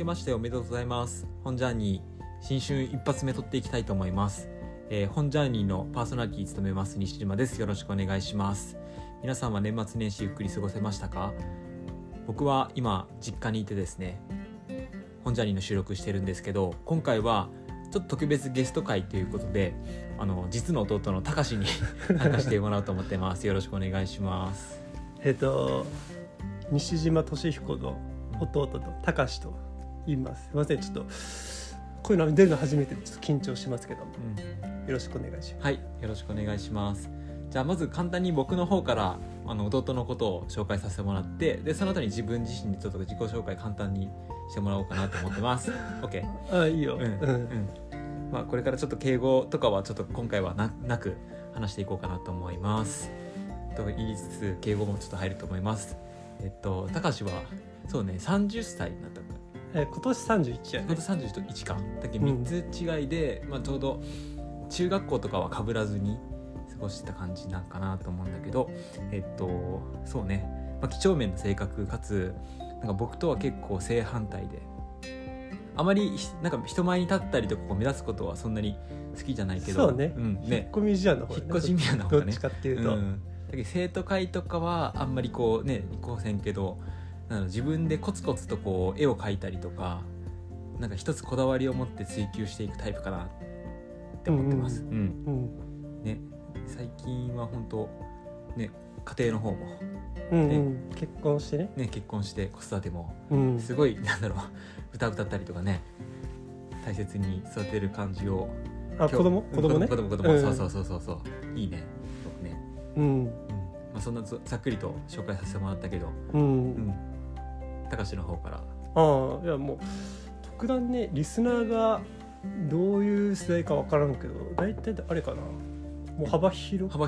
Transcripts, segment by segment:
けましておめでとうございます。本ジャーニー新春一発目撮っていきたいと思います。本ジャーニーのパーソナリティ務めます西島です。よろしくお願いします。皆さんは年末年始ゆっくり過ごせましたか？僕は今実家にいてですね、本ジャーニーの収録してるんですけど、今回はちょっと特別ゲスト会ということで、実の弟の高志に参加してもらおうと思ってます。よろしくお願いします。 西島俊彦の弟と高志と言います。すいません、ちょっとこういうの出るの初めてでちょっと緊張しますけども、よろしくお願いします。 はい、よろしくお願いします。じゃあまず簡単に僕の方から弟のことを紹介させてもらって、でその後に自分自身でちょっと自己紹介簡単にしてもらおうかなと思ってます。OK。 あ、いいよ。 まあこれからちょっと敬語とかはちょっと今回は なく話していこうかなと思います。と言いつつ敬語もちょっと入ると思います。高志はそうね30歳になった。 今年31やね。 今年31と1かだけ3つ違いで、ちょうど中学校とかは被らずに過ごしてた感じなんかなと思うんだけど、そうね、几帳面な性格かつなんか僕とは結構正反対で、あまりなんか人前に立ったりとか目立つことはそんなに好きじゃないけど、 そうね、引っ込み思案の方、 引っ越し宮の方がね、 どっちかっていうと、 だけど生徒会とかはあんまりこうね行こうせんけど、自分でコツコツとこう絵を描いたりとか、なんか一つこだわりを持って追求していくタイプかなって思ってます。ね、最近は本当ね、家庭の方も、 結婚してね、 結婚して子育ても、すごい歌歌ったりとかね、大切に育てる感じを、 子供ね、 そういいね、そんなざっくりと紹介させてもらったけど、高志の方から。 いやもう特段ね、リスナーがどういう世代か分からんけど、大体あれかな、もう幅広い、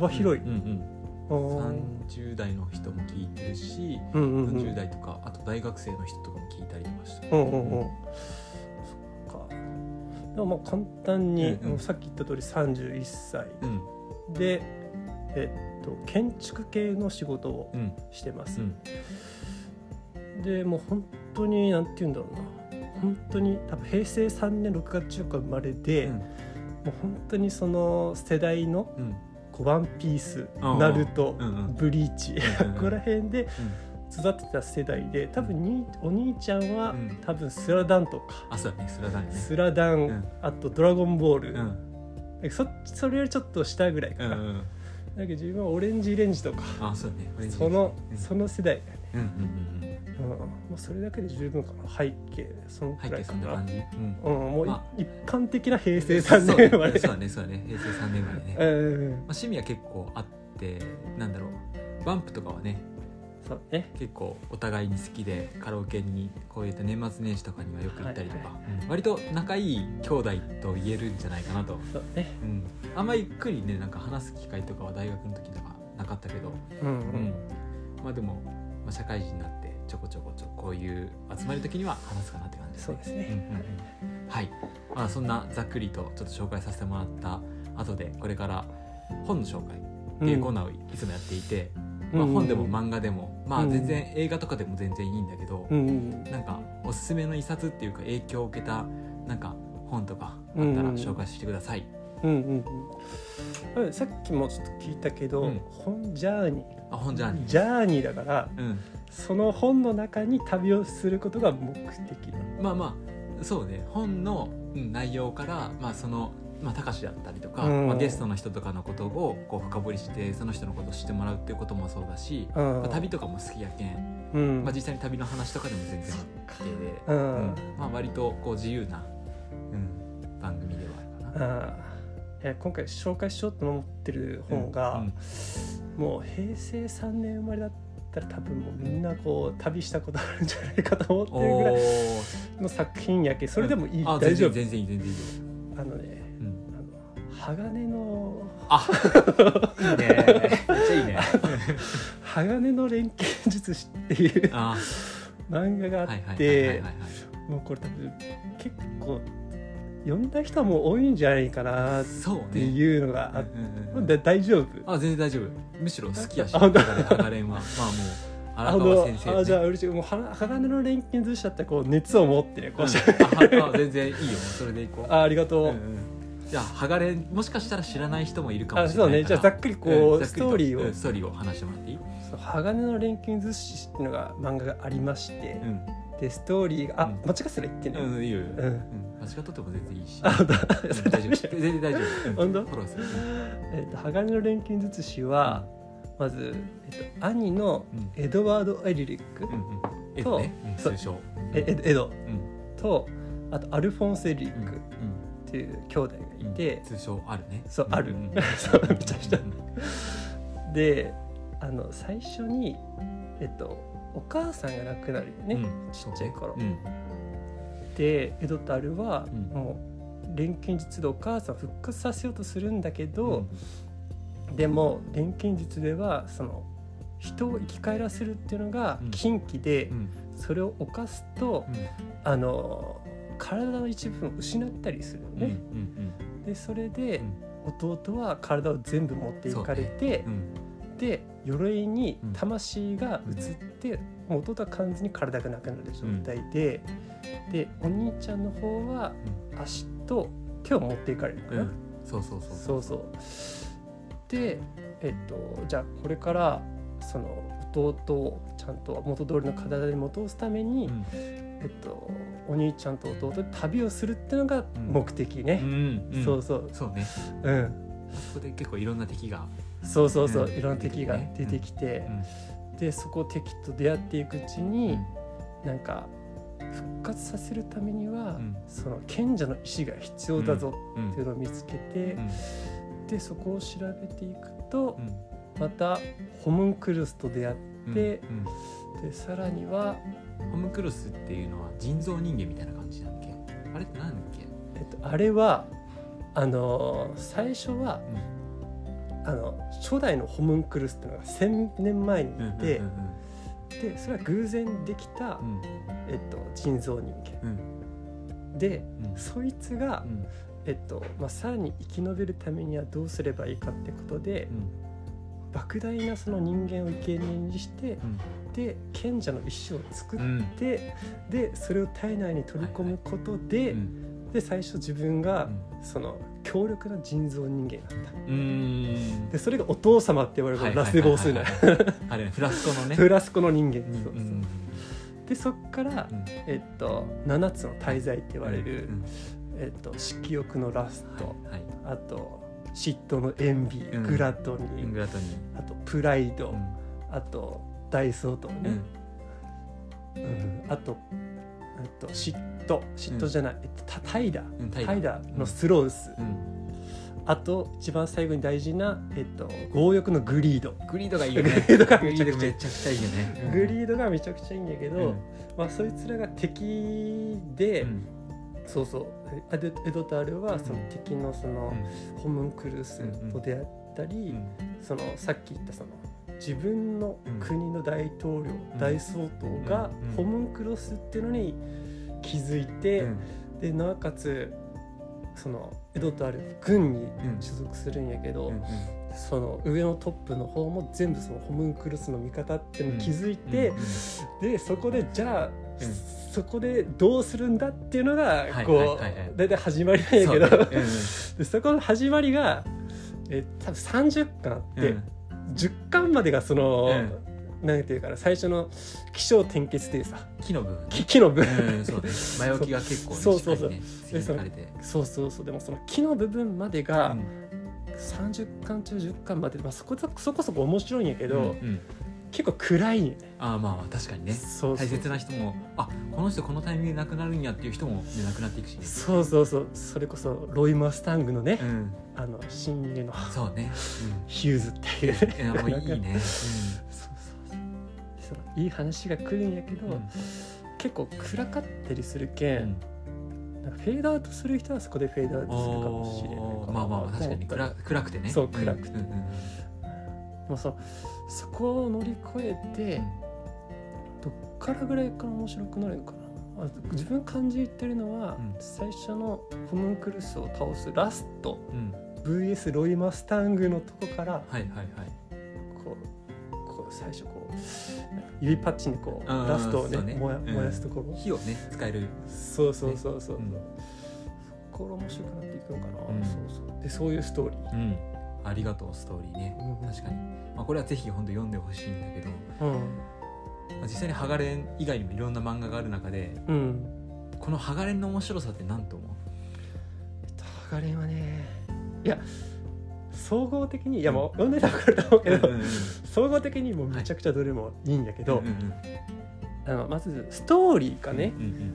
30代の人も聞いてるし、40代とか、あと大学生の人とかも聞いたりとかして、 そっか。でも簡単に、さっき言った通り31歳、で、建築系の仕事をしてます。でもう本当になんて言うんだろうな、本当に多分平成3年6月14日生まれで、もう本当にその世代の、ワンピース、ナルト、ブリーチ、ここら辺で育てた世代で、多分お兄ちゃんは、多分スラダンとか、スラダン、あとドラゴンボール、それよりちょっと下ぐらいかな。だけど自分はオレンジレンジとか、その世代だよね。もうそれだけで十分かな。背景そのくらいかな。もう一般的な平成3年生まれ。 そうだね、平成3年生まれね。趣味は結構あって、バンプとかはね、結構お互いに好きで、カラオケにこういった年末年始とかにはよく行ったりとか、割と仲いい兄弟と言えるんじゃないかなと。あんまりゆっくりね、話す機会とかは大学の時とかなかったけど、でも、社会人になってちょこちょここういう集まる時には話すかなって感じですね。 そうですね。 はい。そんなざっくりとちょっと紹介させてもらった後で、これから本の紹介っていうコーナーをいつもやっていて、本でも漫画でも、全然映画とかでも全然いいんだけど、おすすめの一冊っていうか影響を受けた本とかあったら紹介してください。 さっきもちょっと聞いたけど、本ジャーニーだから、その本の中に旅をすることが目的だ。 そうね、本の内容から、その高志だったりとか、ゲストの人とかのことをこう深掘りして、その人のことを知ってもらうっていうこともそうだし、旅とかも好きやけん、実際に旅の話とかでも全然 OK で、割とこう自由な、番組ではあるかな。 今回紹介しようと思ってる本が、もう平成3年生まれだったら多分もうみんなこう旅したことあるんじゃないかと思ってるぐらいの作品やけ、それでもいい、大丈夫。 全然いいよ。 鋼のいいね、めっちゃいいね。 鋼の錬金術師っていう漫画があって、もうこれ多分結構読んだ人はもう多いんじゃないかなっていうのがあって、大丈夫？ 全然大丈夫。むしろ好きやし、鋼はもう荒川先生、ね、 じゃあ嬉しい。もう鋼の錬金術師だったらこう熱を持ってねこう、 全然いいよそれでいこう。 ありがとう、 じゃあ鋼もしかしたら知らない人もいるかもしれないから。 そうね、じゃあざっくりこう、ストーリーを話してもらっていい？ 鋼の錬金術師っていうのが漫画がありまして、でストーリーが間違って言ってね、 いいよ、間違っとっても全然いいし、 大丈夫、 全然大丈夫、 本当？ フォローする。 鋼の錬金術師はまず、兄のエドワード・エリリックと、 通称エドと、あとアルフォンス・エリリックっていう兄弟がいて、 通称あるね。 そうある、そうめちゃくちゃで、最初にお母さんが亡くなるよね、ちっちゃい頃、でエドとアルはもう錬金術でお母さんを復活させようとするんだけど、でも錬金術ではその人を生き返らせるっていうのが禁忌で、それを犯すと、体の一部分を失ったりするよね、でそれで弟は体を全部持っていかれて、で鎧に魂が移って、もう弟は完全に体がなくなる状態で、でお兄ちゃんの方は足と手を持っていかれるかな、そうで、じゃあこれからその弟をちゃんと元通りの体に戻すために、お兄ちゃんと弟で旅をするっていうのが目的ね、 そうね、そこで結構いろんな敵がいろんな敵が出てきて、でそこ敵と出会っていくうちに、なんか復活させるためには、その賢者の石が必要だぞっていうのを見つけて、でそこを調べていくと、またホムンクルスと出会って、でさらにはホムンクルスっていうのは人造人間みたいな感じなんだっけ？あれって何だっけ？ あれは最初は、初代のホムンクルスっていうのが1000年前にいて、でそれは偶然できた、人造人間、で、そいつが、さらに生き延びるためにはどうすればいいかってことで、莫大なその人間を生贄にして、で賢者の石を作って、でそれを体内に取り込むことで、で最初自分がその強力な人造人間だった、でそれがお父様って言われるラスボスなあれフラスコのね、 フラスコの人間、でそっから、7つの大罪って言われる、色欲のラスト、あと嫉妬のエンビー、グラトニー、あとプライド、あと大相当ね、あと嫉妬じゃない、タイダのスロース、あと一番最後に大事な、強欲のグリードがいいよね。グリードがめちゃくちゃいいよね。グリードがめちゃくちゃいいんだけど、そいつらが敵で、エドとアルはその敵のそのホムンクルスと出会ったり、そのさっき言ったその自分の国の大統領、大総統がホムンクルスっていうのに気づいて、でなおかつそのエドとアル軍に所属するんやけど、その上のトップの方も全部そのホムンクルスの味方っていうのに気づいて、でそこでじゃあ、そこでどうするんだっていうのがこうだいたい始まりなんやけど、でそこの始まりが多分30巻あって、10巻までがその、なんていうかな、最初の起承転結でさ、 木の部分、そうね、前置きが結構短いね、 でもその木の部分までが30巻中10巻まで、そこそこ面白いんやけど、結構暗いんよね。 確かにね、大切な人もこの人このタイミングで亡くなるんやっていう人も、亡くなっていくし、ね、 それこそロイ・マスタングのね、親友のヒューズっていうもういいね、 いい話が来るんやけど、結構暗かったりするけん、なんかフェードアウトする人はそこでフェードアウトするかもしれない確かに暗くてね、 暗くて、もうそこを乗り越えて、どっからぐらいから面白くなるのかな。自分感じてるのは、最初のホムンクルスを倒すラスト、VS ロイ・マスタングのとこから、こう最初こう指パッチンでこうラストをね燃やすところ、 火をね使える、 そう、そこから面白くなっていくのかな、でそういうストーリー、 ありがとうストーリーね、確かに、これはぜひ本当読んでほしいんだけど、実際にハガレン以外にもいろんな漫画がある中で、このハガレンの面白さって何と思う？ ハガレンはね、いや総合的に、いやもう読んでたからと思うけど、総合的にもうめちゃくちゃどれもいいんだけど、まずストーリーがね、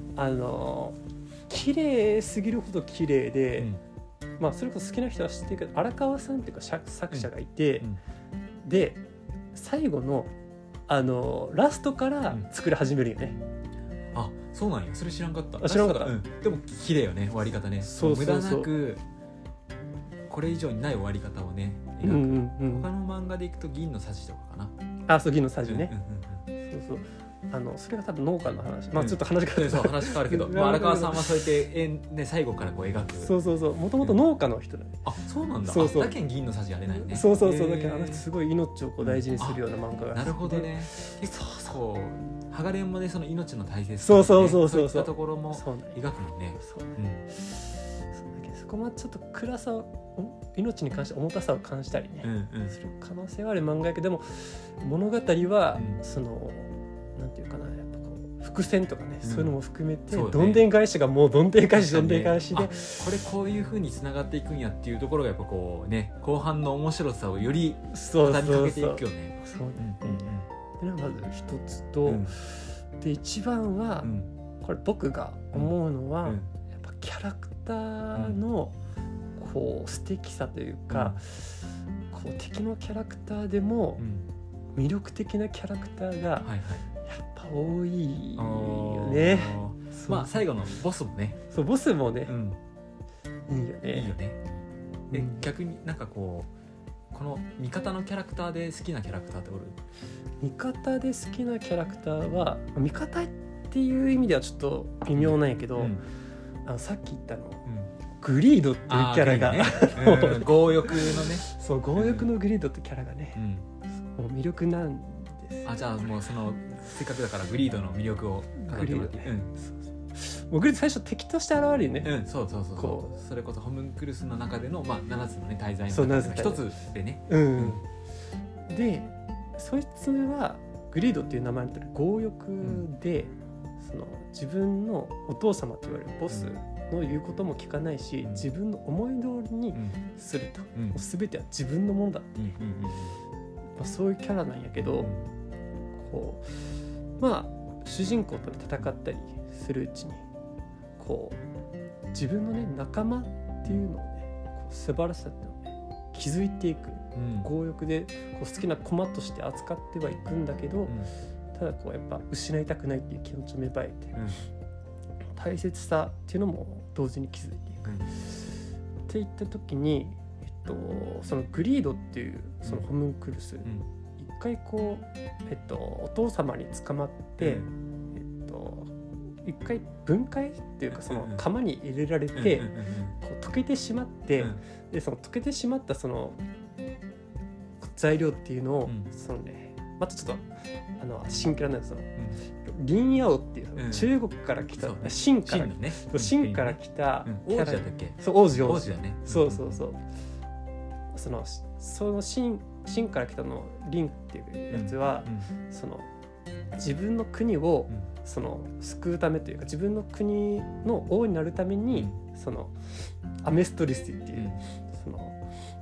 綺麗すぎるほど綺麗で、それこそ好きな人は知ってるけど荒川さんっていうか作者がいて、で最後のラストから作り始めるよね。 あ、そうなんや。それ知らんかった。 知らんかった。 でも綺麗よね、終わり方ね。無駄なくこれ以上にない終わり方をね描く。他の漫画でいくと銀のさじとかかな。 そう、銀のさじね。そうそれが多分農家の話、ちょっと話変わるけど、荒川さんはそうやって最後からこう描く。 そうもともと農家の人だね。 そうなんだ。だけん銀のさじあれないよね。 そうだけどすごい命をこう大事にするような漫画が。 なるほどね。結構ハガレンもね、その命の大切さ、 そういったところも描くもんね。 そこもちょっと暗さを、命に関して重たさを感じたりね、する可能性はある漫画やけど、でも物語はそのなんていうかな、やっぱこう伏線とかね、そういうのも含めて、どんでん返しがもうどんでん返しで、 こういう風に繋がっていくんやっていうところがやっぱこうね、後半の面白さをより語りかけていくよね。 でまず一つと、で一番は、これ僕が思うのは、やっぱキャラクターのこう素敵さというか、こう敵のキャラクターでも魅力的なキャラクターがやっぱ多いよね。 最後のボスもね、 ボスもね、いいよね。 逆になんかこの味方のキャラクターで好きなキャラクターっておる？ 味方で好きなキャラクターは、味方っていう意味ではちょっと微妙なんやけど、さっき言ったの、グリードっていうキャラが、 強欲のね、 そう、強欲のグリードってキャラがね、もう魅力なんです。 じゃあもうそのせっかくだからグリードの魅力を語ってもらって。 もうグリード最初敵として現れるよね。 そうそれこそホムンクルスの中での7つのね大罪の一つでね。でそいつはグリードっていう名前のとおり強欲で、その自分のお父様と言われるボスの言うことも聞かないし、自分の思い通りにすると、全ては自分のものだっていう、そういうキャラなんやけど、こう主人公と戦ったりするうちにこう自分のね仲間っていうのをね、こう素晴らしさっていうのをね気づいていく、強欲でこう好きな駒として扱ってはいくんだけど、ただこうやっぱ失いたくないっていう気持ちを芽生えて、大切さっていうのも同時に気づいていく、っていった時に、そのグリードっていうそのホムンクルス、一回こう、お父様に捕まって、一回分解っていうかその釜に入れられて、こう溶けてしまって、でその溶けてしまったその材料っていうのを、そのね、またちょっと新キャラなんですよ。リンヤオっていう、中国から来た秦から来た王子だっけ？ そう、王子だね。 そうその秦から来たのリンっていうやつは、その自分の国をその救うためというか、自分の国の王になるために、そのアメストリスっていう、その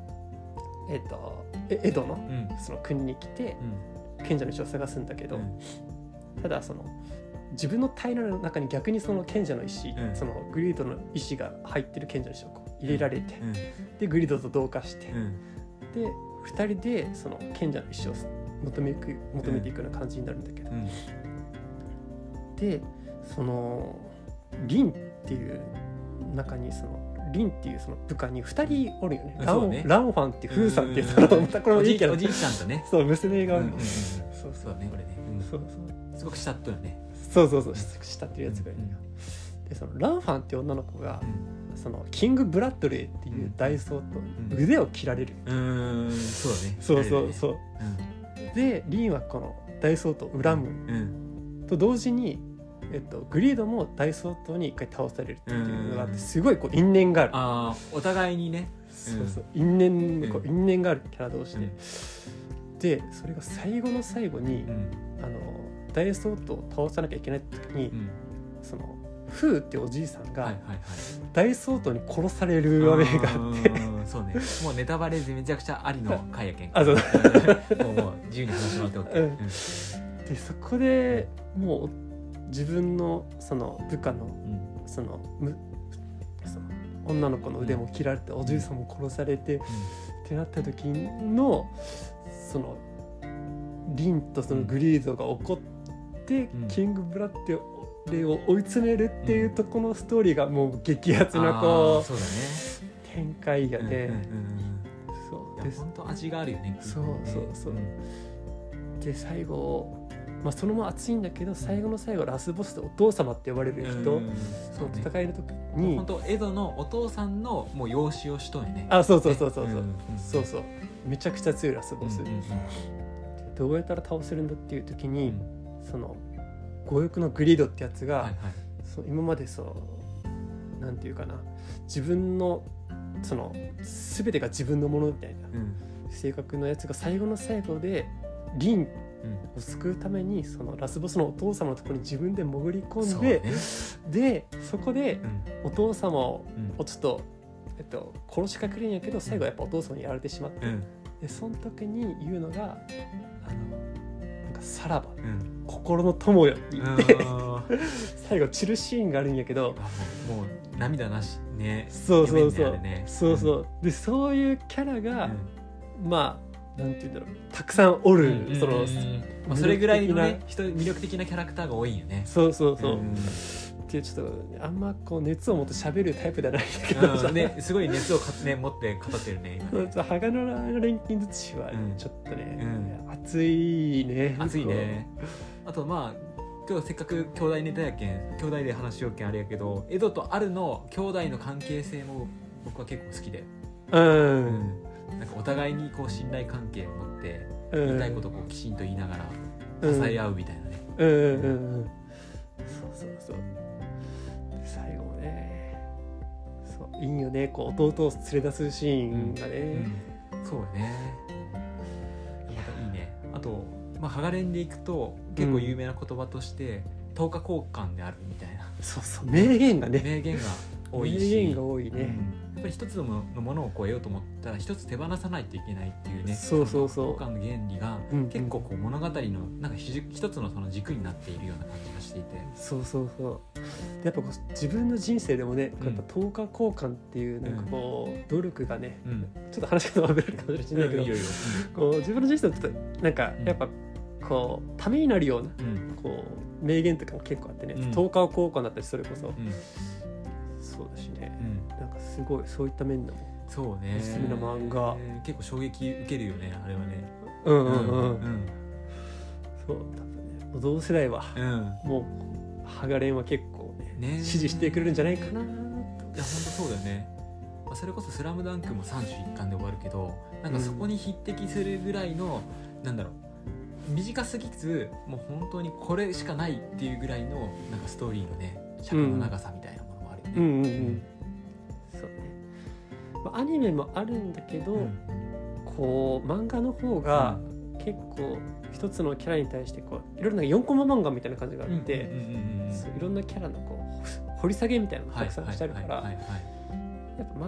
エドのその国に来て、賢者の石を探すんだけど、ただその自分の体内の中に逆にその賢者の石、そのグリードの石が入ってる賢者の石をこう入れられて、でグリードと同化して、で2人でその賢者の石を求めていくような感じになるんだけど、でそのリンっていう中にそのリンっていうその部下に2人おるよね。ランファンっていうフーさんっていうそのまたこれもいいキャラ、 おじいちゃんとね、 そう娘が、 そうね、これね、すごく慕っとるね。 そう慕ってるやつがいるよ。でそのランファンっていう女の子が、そのキングブラッドレーっていう大僧と腕を切られる。 そうだね。 そう。でリンはこの大総統を恨む、と同時に、グリードも大総統に一回倒されるっていうのがあって、すごいこう因縁がある。お互いにね、 そうそう、因縁があるキャラ同士で、でそれが最後の最後に、大総統を倒さなきゃいけない時に、そのフーっておじいさんが大総統に殺される場面があって、 そうね、もうネタバレでめちゃくちゃありの回やけんそうもう自由に話してもらって OK、でそこでもう自分のその部下のその女の子の腕も切られて、おじいさんも殺されて、ってなった時のそのリンとそのグリードが怒って、キングブラッドを追い詰めるっていうとこのストーリーがもう激アツなこう、 そうだね、 展開がね、 そうです。本当味があるよね。 そう、で最後、そのまま熱いんだけど、最後の最後ラスボスでお父様って呼ばれる人、その戦いの時に本当エドのお父さんのもう養子をしとんよね。 そうめちゃくちゃ強いラスボス、どうやったら倒せるんだっていう時に、その強欲のグリードってやつが、そう今までそうなんていうかな、自分のその全てが自分のものみたいな、性格のやつが最後の最後でリンを救うために、そのラスボスのお父様のところに自分で潜り込んで、でそこでお父様をちょっと、殺しかけるんやけど、最後やっぱお父様にやられてしまって、でその時に言うのがなんかさらば、心の友よって言って最後散るシーンがあるんやけど、 もう涙なしね。 そうでそういうキャラが、なんていうんだろう、たくさんおる、 それぐらいのね、魅力的なキャラクターが多いよね。 そうでちょっとあんまこう熱を持って喋るタイプではないんだけどさ、 すごい熱を持って語ってるね今ね。 鋼の錬金術師はちょっとね、熱いね。あと今日せっかく兄弟ネタやけん、兄弟で話しようけんあれやけど、エドとアルの兄弟の関係性も僕は結構好きで、なんかお互いにこう信頼関係を持って、言いたいことをこうきちんと言いながら支え合うみたいなね。 そう最後ね、そういいよね、こう弟を連れ出すシーンがね、 そうね、またいいね。あとハガレンでいくと結構有名な言葉として、10日交換であるみたいな、 名言が多いし、やっぱり一つのものをこう得ようと思ったら一つ手放さないといけないっていうね、交換の原理が結構こう物語のなんか一つのその軸になっているような感じがしていて、 やっぱこう自分の人生でもね、やっぱ10日交換っていうなんかこう努力がね、ちょっと話し方がぶれるかもしれないけど、こう自分の人生ちょっとなんかやっぱこうためになるようなこう名言とかも結構あってね、10日交換だったりそれこそ、そうだしね、なんかすごいそういった面でもおすすめの漫画、 結構衝撃受けるよねあれはね。 そう多分ね、同世代はもうハガレンは結構ね支持してくれるんじゃないかなと。いや本当そうだよね。それこそスラムダンクも31巻で終わるけど、なんかそこに匹敵するぐらいの、なんだろう、短すぎずもう本当にこれしかないっていうぐらいのなんかストーリーのね尺の長さみたいなものもあるよね。 そうね、アニメもあるんだけど、こう漫画の方が結構一つのキャラに対してこういろんな4コマ漫画みたいな感じがあって、いろんなキャラのこう掘り下げみたいなのがたくさんしてあるから、やっぱ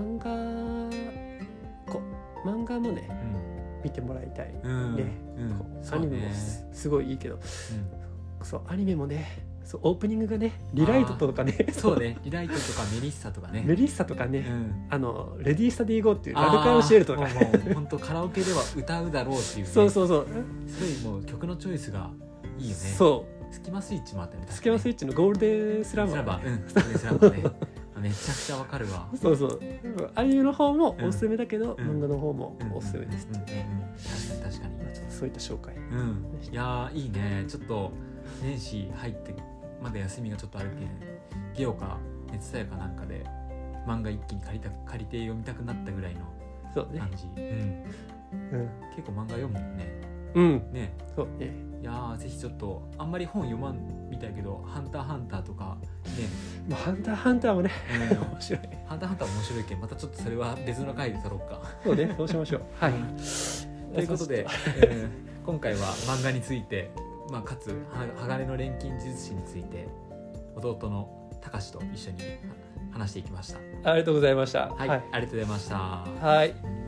漫画もね、見てもらいたいね。アニメもすごいいいけど、アニメもね、オープニングがね、リライトとかね、 リライトとかメリッサとかね、 レディースタディーゴーっていうラルカンシエルとかね、 本当カラオケでは歌うだろうっていうね、 すごいもう曲のチョイスがいいよね。スキマスイッチもあったね。 スキマスイッチのゴールデンスラバー、 スゴールデンスラバーねめちゃくちゃわかるわ。 アニメの方もおすすめだけど、漫画の方もおすすめですって。 確かにちょっとそういった紹介。 いやいいね。ちょっと年始入ってまだ休みがちょっとあるけん、ゲオか熱帯夜かなんかで漫画一気に借りて読みたくなったぐらいの感じ。結構漫画読むもんね。 そうね。 いやぜひちょっとあんまり本読まんみたいけどハンターハンターとかね、 まあ、ハンターハンターもね、面白い。 ハンターハンター面白いけんまたちょっとそれは別の回で撮ろうか。 そうね、そうしましょう。はい。 ということで、今回は漫画について、まあ、かつ鋼の錬金術師について弟の高志と一緒に話していきました。 ありがとうございました。 はい、ありがとうございました。 はい。